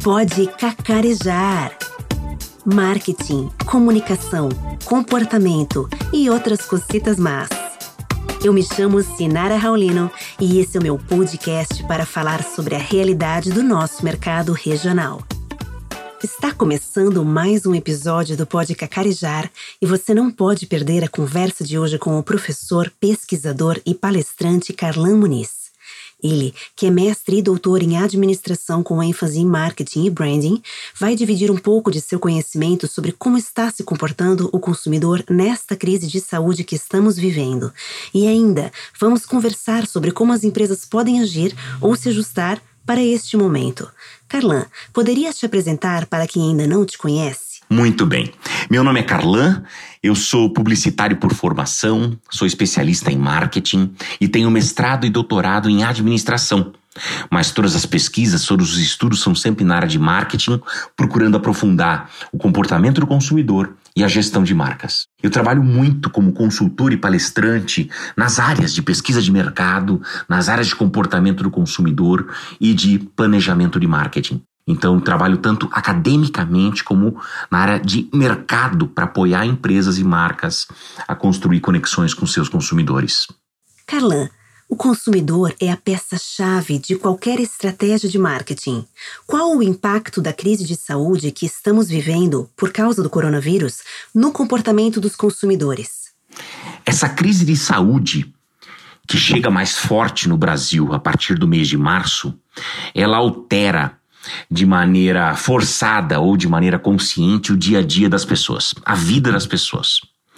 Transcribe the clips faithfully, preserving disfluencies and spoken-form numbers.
pode cacarejar. Marketing, comunicação, comportamento e outras cositas más. Eu me chamo Sinara Raulino e esse é o meu podcast para falar sobre a realidade do nosso mercado regional. Está começando mais um episódio do Pode Cacarejar e você não pode perder a conversa de hoje com o professor, pesquisador e palestrante Carlan Muniz. Ele, que é mestre e doutor em administração com ênfase em marketing e branding, vai dividir um pouco de seu conhecimento sobre como está se comportando o consumidor nesta crise de saúde que estamos vivendo. E ainda, vamos conversar sobre como as empresas podem agir ou se ajustar para este momento. Carlan, poderia te apresentar para quem ainda não te conhece? Muito bem. Meu nome é Carlan, eu sou publicitário por formação, sou especialista em marketing e tenho mestrado e doutorado em administração. Mas todas as pesquisas, todos os estudos são sempre na área de marketing, procurando aprofundar o comportamento do consumidor e a gestão de marcas. Eu trabalho muito como consultor e palestrante nas áreas de pesquisa de mercado, nas áreas de comportamento do consumidor e de planejamento de marketing. Então, trabalho tanto academicamente como na área de mercado para apoiar empresas e marcas a construir conexões com seus consumidores. Carlan, o consumidor é a peça-chave de qualquer estratégia de marketing. Qual o impacto da crise de saúde que estamos vivendo por causa do coronavírus no comportamento dos consumidores? Essa crise de saúde, que chega mais forte no Brasil a partir do mês de março, ela altera de maneira forçada ou de maneira consciente o dia a dia das pessoas, a vida das pessoas.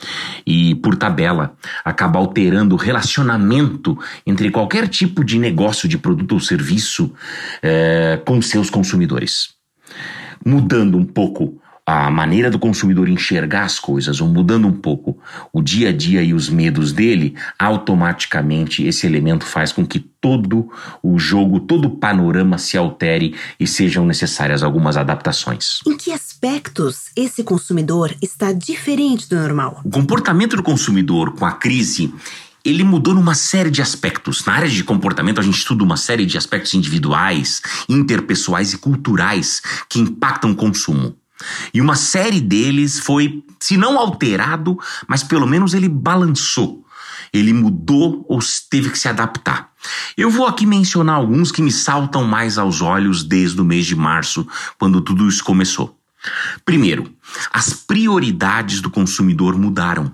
E, por tabela, acaba alterando o relacionamento entre qualquer tipo de negócio, de produto ou serviço é, com seus consumidores. Mudando um pouco a maneira do consumidor enxergar as coisas, ou mudando um pouco o dia a dia e os medos dele, automaticamente esse elemento faz com que todo o jogo, todo o panorama se altere e sejam necessárias algumas adaptações. Em que aspectos esse consumidor está diferente do normal? O comportamento do consumidor com a crise, ele mudou numa série de aspectos. Na área de comportamento, a gente estuda uma série de aspectos individuais, interpessoais e culturais que impactam o consumo. E uma série deles foi, se não alterado, mas pelo menos ele balançou. Ele mudou ou teve que se adaptar. Eu vou aqui mencionar alguns que me saltam mais aos olhos desde o mês de março, quando tudo isso começou. Primeiro, as prioridades do consumidor mudaram.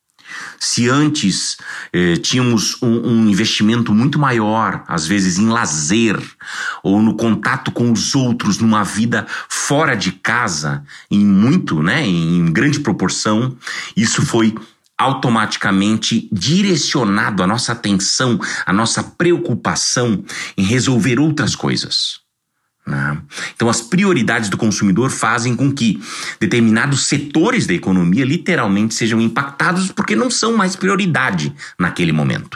Se antes eh, tínhamos um, um investimento muito maior, às vezes em lazer, ou no contato com os outros, numa vida fora de casa, em muito, né, em grande proporção, isso foi automaticamente direcionado a nossa atenção, a nossa preocupação em resolver outras coisas. Então as prioridades do consumidor fazem com que determinados setores da economia literalmente sejam impactados porque não são mais prioridade naquele momento.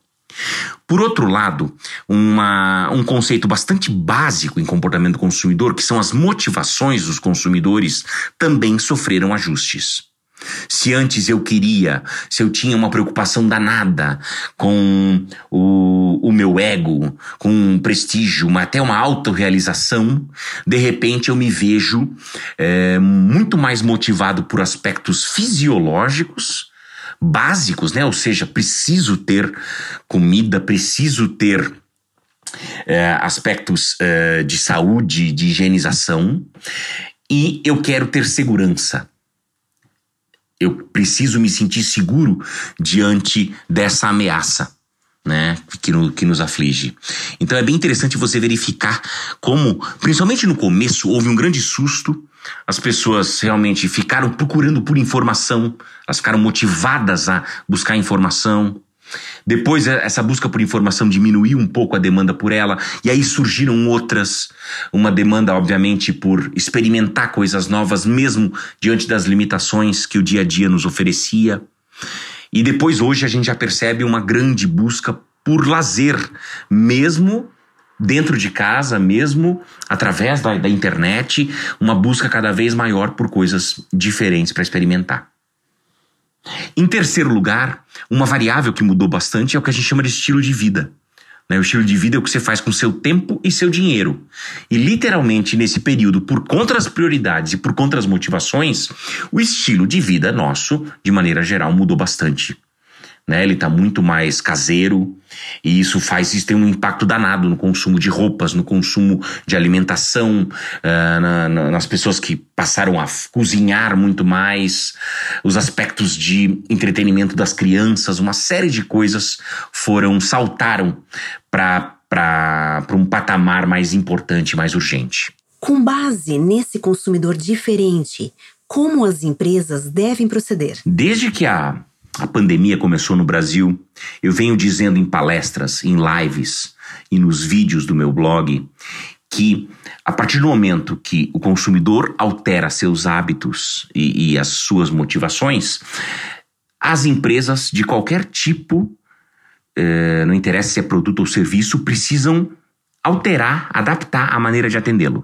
Por outro lado, uma, um conceito bastante básico em comportamento do consumidor, que são as motivações dos consumidores, também sofreram ajustes. Se antes eu queria, se eu tinha uma preocupação danada com o, o meu ego, com prestígio, uma, até uma autorrealização, de repente eu me vejo é, muito mais motivado por aspectos fisiológicos, básicos, né? Ou seja, preciso ter comida, preciso ter é, aspectos é, de saúde, de higienização, e eu quero ter segurança. Eu preciso me sentir seguro diante dessa ameaça, né, que, no, que nos aflige. Então é bem interessante você verificar como, principalmente no começo, houve um grande susto. As pessoas realmente ficaram procurando por informação, elas ficaram motivadas a buscar informação. Depois essa busca por informação diminuiu um pouco a demanda por ela, e aí surgiram outras, uma demanda obviamente por experimentar coisas novas mesmo diante das limitações que o dia a dia nos oferecia. E depois hoje a gente já percebe uma grande busca por lazer, mesmo dentro de casa, mesmo através da, da internet, uma busca cada vez maior por coisas diferentes para experimentar. Em terceiro lugar, uma variável que mudou bastante é o que a gente chama de estilo de vida. Né? O estilo de vida é o que você faz com seu tempo e seu dinheiro. E literalmente nesse período, por conta das prioridades e por conta das motivações, o estilo de vida nosso, de maneira geral, mudou bastante. Né? Ele está muito mais caseiro e isso faz isso tem um impacto danado no consumo de roupas, no consumo de alimentação, uh, na, na, nas pessoas que passaram a cozinhar muito mais, os aspectos de entretenimento das crianças, uma série de coisas foram saltaram para para um patamar mais importante, mais urgente. Com base nesse consumidor diferente, como as empresas devem proceder? Desde que a A pandemia começou no Brasil, eu venho dizendo em palestras, em lives e nos vídeos do meu blog que a partir do momento que o consumidor altera seus hábitos e, e as suas motivações, as empresas de qualquer tipo, eh, não interessa se é produto ou serviço, precisam alterar, adaptar a maneira de atendê-lo.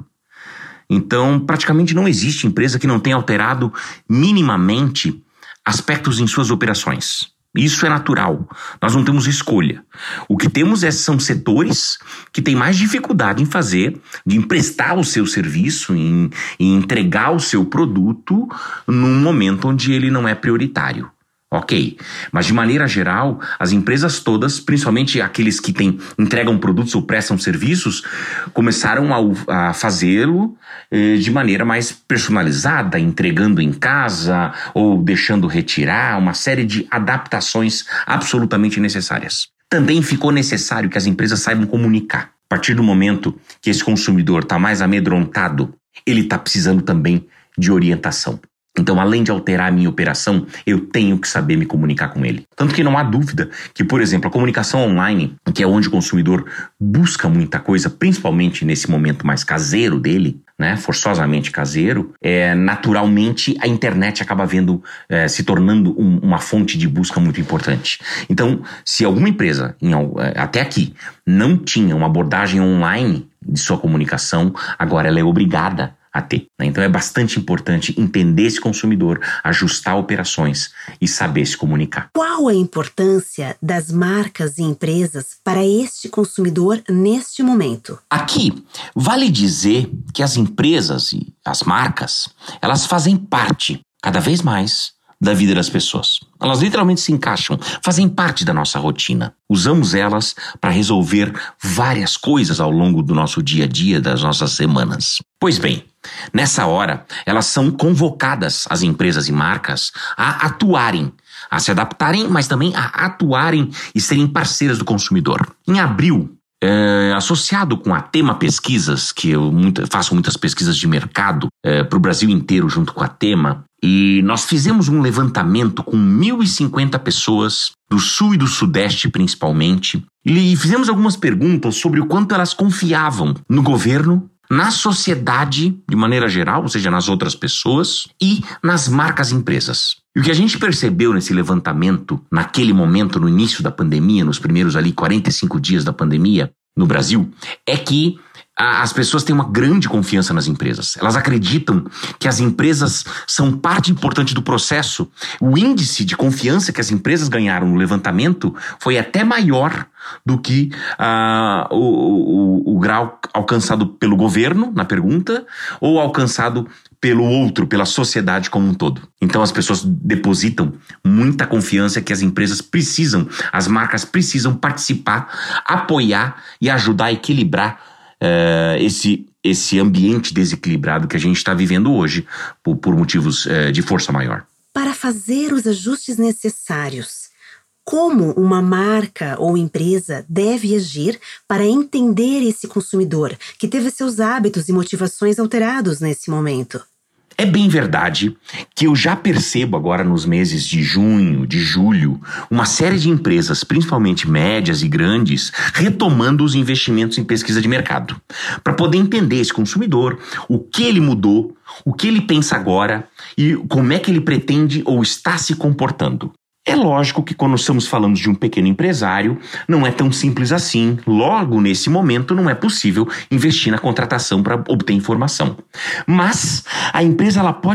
Então, praticamente não existe empresa que não tenha alterado minimamente aspectos em suas operações. Isso é natural. Nós não temos escolha. O que temos é, são setores que têm mais dificuldade em fazer, de emprestar o seu serviço, em, em entregar o seu produto num momento onde ele não é prioritário. Ok, mas de maneira geral, as empresas todas, principalmente aqueles que têm, entregam produtos ou prestam serviços, começaram a, a fazê-lo eh, de maneira mais personalizada, entregando em casa ou deixando retirar, uma série de adaptações absolutamente necessárias. Também ficou necessário que as empresas saibam comunicar. A partir do momento que esse consumidor está mais amedrontado, ele está precisando também de orientação. Então, além de alterar a minha operação, eu tenho que saber me comunicar com ele. Tanto que não há dúvida que, por exemplo, a comunicação online, que é onde o consumidor busca muita coisa, principalmente nesse momento mais caseiro dele, né, forçosamente caseiro, é, naturalmente a internet acaba vendo, é, se tornando um, uma fonte de busca muito importante. Então, se alguma empresa, em, até aqui, não tinha uma abordagem online de sua comunicação, agora ela é obrigada a ter. Né? Então é bastante importante entender esse consumidor, ajustar operações e saber se comunicar. Qual a importância das marcas e empresas para este consumidor neste momento? Aqui, vale dizer que as empresas e as marcas, elas fazem parte, cada vez mais, da vida das pessoas. Elas literalmente se encaixam, fazem parte da nossa rotina. Usamos elas para resolver várias coisas ao longo do nosso dia a dia, das nossas semanas. Pois bem, nessa hora, elas são convocadas, as empresas e marcas, a atuarem, a se adaptarem, mas também a atuarem e serem parceiras do consumidor. Em abril, É, associado com a Tema Pesquisas, que eu muito, faço muitas pesquisas de mercado é, para o Brasil inteiro junto com a Tema, e nós fizemos um levantamento com mil e cinquenta pessoas do Sul e do Sudeste principalmente, e fizemos algumas perguntas sobre o quanto elas confiavam no governo, na sociedade de maneira geral, ou seja, nas outras pessoas, e nas marcas e empresas. E o que a gente percebeu nesse levantamento, naquele momento, no início da pandemia, nos primeiros ali quarenta e cinco dias da pandemia no Brasil, é que a, as pessoas têm uma grande confiança nas empresas. Elas acreditam que as empresas são parte importante do processo. O índice de confiança que as empresas ganharam no levantamento foi até maior do que uh, o, o, o grau alcançado pelo governo, na pergunta, ou alcançado pelo outro, pela sociedade como um todo. Então as pessoas depositam muita confiança que as empresas precisam, as marcas precisam participar, apoiar e ajudar a equilibrar uh, esse, esse ambiente desequilibrado que a gente está vivendo hoje por, por motivos uh, de força maior. Para fazer os ajustes necessários, como uma marca ou empresa deve agir para entender esse consumidor que teve seus hábitos e motivações alterados nesse momento? É bem verdade que eu já percebo agora nos meses de junho, de julho, uma série de empresas, principalmente médias e grandes, retomando os investimentos em pesquisa de mercado, para poder entender esse consumidor, o que ele mudou, o que ele pensa agora e como é que ele pretende ou está se comportando. É lógico que quando estamos falando de um pequeno empresário, não é tão simples assim. Logo, nesse momento, não é possível investir na contratação para obter informação. Mas a empresa ela pode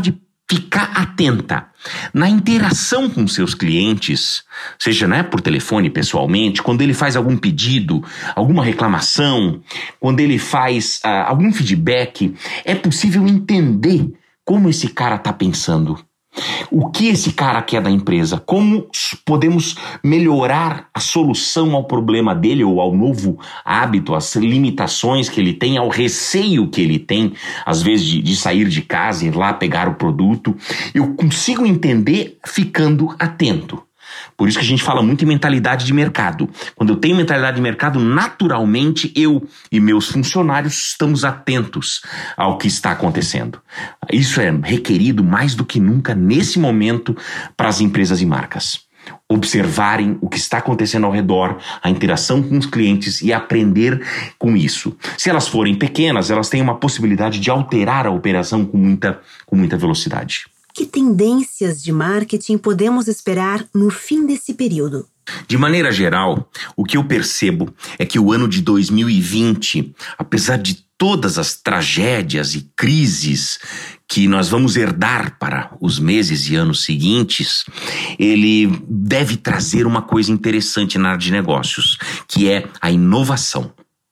ficar atenta na interação com seus clientes, seja, né, por telefone, pessoalmente, quando ele faz algum pedido, alguma reclamação, quando ele faz uh, algum feedback, é possível entender como esse cara está pensando. O que esse cara quer da empresa? Como podemos melhorar a solução ao problema dele ou ao novo hábito, às limitações que ele tem, ao receio que ele tem, às vezes, de, de sair de casa e ir lá pegar o produto. Eu consigo entender ficando atento. Por isso que a gente fala muito em mentalidade de mercado. Quando eu tenho mentalidade de mercado, naturalmente eu e meus funcionários estamos atentos ao que está acontecendo. Isso é requerido mais do que nunca nesse momento para as empresas e marcas. Observarem o que está acontecendo ao redor, a interação com os clientes e aprender com isso. Se elas forem pequenas, elas têm uma possibilidade de alterar a operação com muita, com muita velocidade. Que tendências de marketing podemos esperar no fim desse período? De maneira geral, o que eu percebo é que o ano de dois mil e vinte, apesar de todas as tragédias e crises que nós vamos herdar para os meses e anos seguintes, ele deve trazer uma coisa interessante na área de negócios, que é a inovação.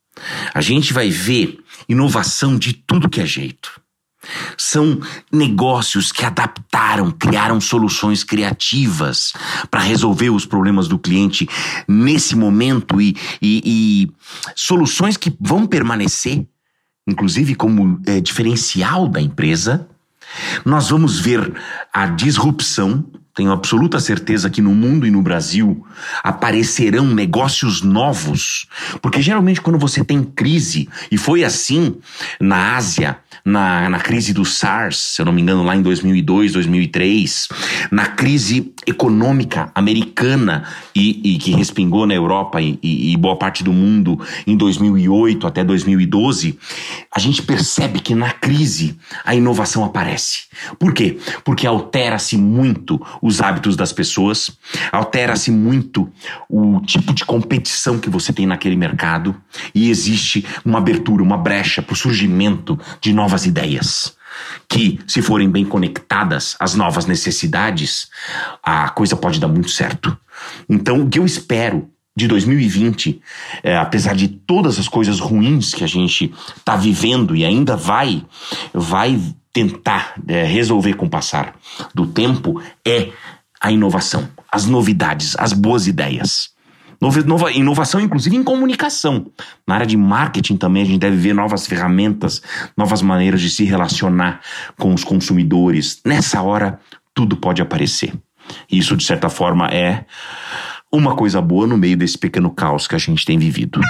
A gente vai ver inovação de tudo que é jeito. São negócios que adaptaram, criaram soluções criativas para resolver os problemas do cliente nesse momento e, e, e soluções que vão permanecer, inclusive como é, diferencial da empresa. Nós vamos ver a disrupção. Tenho absoluta certeza que no mundo e no Brasil aparecerão negócios novos, porque geralmente quando você tem crise, e foi assim na Ásia, na, na crise do SARS, se eu não me engano lá em dois mil e dois, dois mil e três, na crise econômica americana e, e que respingou na Europa e, e, e boa parte do mundo em dois mil e oito até dois mil e doze, a gente percebe que na crise a inovação aparece. Por quê? Porque altera-se muito os hábitos das pessoas, altera-se muito o tipo de competição que você tem naquele mercado e existe uma abertura, uma brecha para o surgimento de novas ideias que, se forem bem conectadas às novas necessidades, a coisa pode dar muito certo. Então, o que eu espero de dois mil e vinte, é, apesar de todas as coisas ruins que a gente está vivendo e ainda vai, vai tentar é, resolver com o passar do tempo, é a inovação, as novidades, as boas ideias. Nova, nova, inovação, inclusive, em comunicação. Na área de marketing também a gente deve ver novas ferramentas, novas maneiras de se relacionar com os consumidores. Nessa hora, tudo pode aparecer. Isso, de certa forma, é uma coisa boa no meio desse pequeno caos que a gente tem vivido.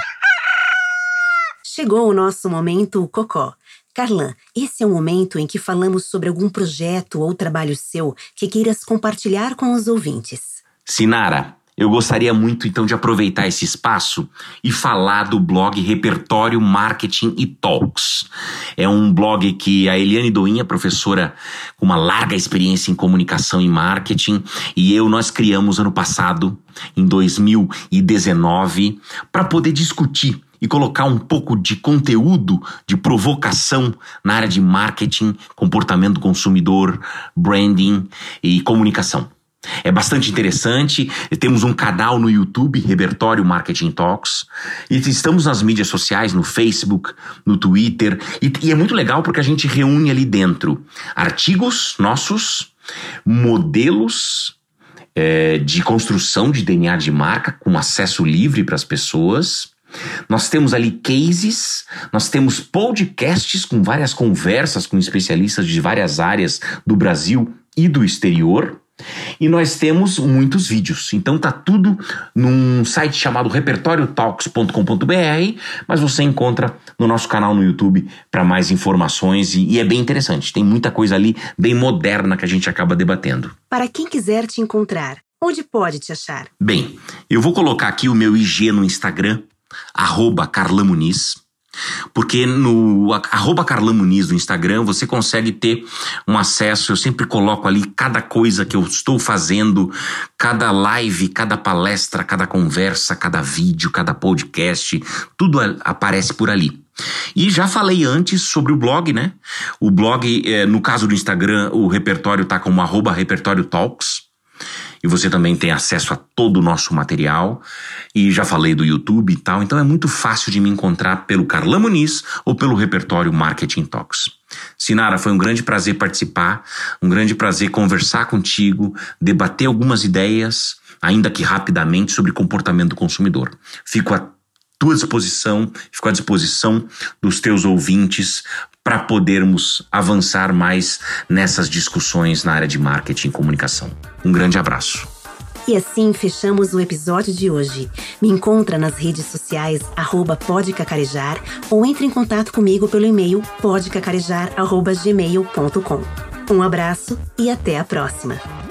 Chegou o nosso momento Cocó. Carlan, esse é o momento em que falamos sobre algum projeto ou trabalho seu que queiras compartilhar com os ouvintes. Sinara, eu gostaria muito então de aproveitar esse espaço e falar do blog Repertório Marketing e Talks. É um blog que a Eliane Doinha, professora com uma larga experiência em comunicação e marketing, e eu, nós criamos ano passado, em dois mil e dezenove, para poder discutir e colocar um pouco de conteúdo, de provocação na área de marketing, comportamento do consumidor, branding e comunicação. É bastante interessante. Temos um canal no YouTube, Repertório Marketing Talks, e estamos nas mídias sociais, no Facebook, no Twitter, e, e é muito legal porque a gente reúne ali dentro artigos nossos, modelos é, de construção de D N A de marca com acesso livre para as pessoas. Nós temos ali cases, nós temos podcasts com várias conversas com especialistas de várias áreas do Brasil e do exterior. E nós temos muitos vídeos. Então tá tudo num site chamado repertório talks ponto com ponto b r, mas você encontra no nosso canal no YouTube para mais informações e, e é bem interessante. Tem muita coisa ali bem moderna que a gente acaba debatendo. Para quem quiser te encontrar, onde pode te achar? Bem, eu vou colocar aqui o meu I G no Instagram, arroba Carlan Muniz, porque no arroba Carlan Muniz no Instagram você consegue ter um acesso. Eu sempre coloco ali cada coisa que eu estou fazendo, cada live, cada palestra, cada conversa, cada vídeo, cada podcast, tudo aparece por ali. E já falei antes sobre o blog, né? O blog, é, no caso do Instagram, o repertório tá como arroba repertório talks. E você também tem acesso a todo o nosso material. E já falei do YouTube e tal. Então é muito fácil de me encontrar pelo Carlão Muniz ou pelo repertório Marketing Talks. Sinara, foi um grande prazer participar. Um grande prazer conversar contigo, debater algumas ideias, ainda que rapidamente, sobre comportamento do consumidor. Fico à tua disposição, fico à disposição dos teus ouvintes para podermos avançar mais nessas discussões na área de marketing e comunicação. Um grande abraço. E assim fechamos o episódio de hoje. Me encontra nas redes sociais arroba podcacarejar ou entre em contato comigo pelo e-mail podcacarejar arroba gmail ponto com. Um abraço e até a próxima.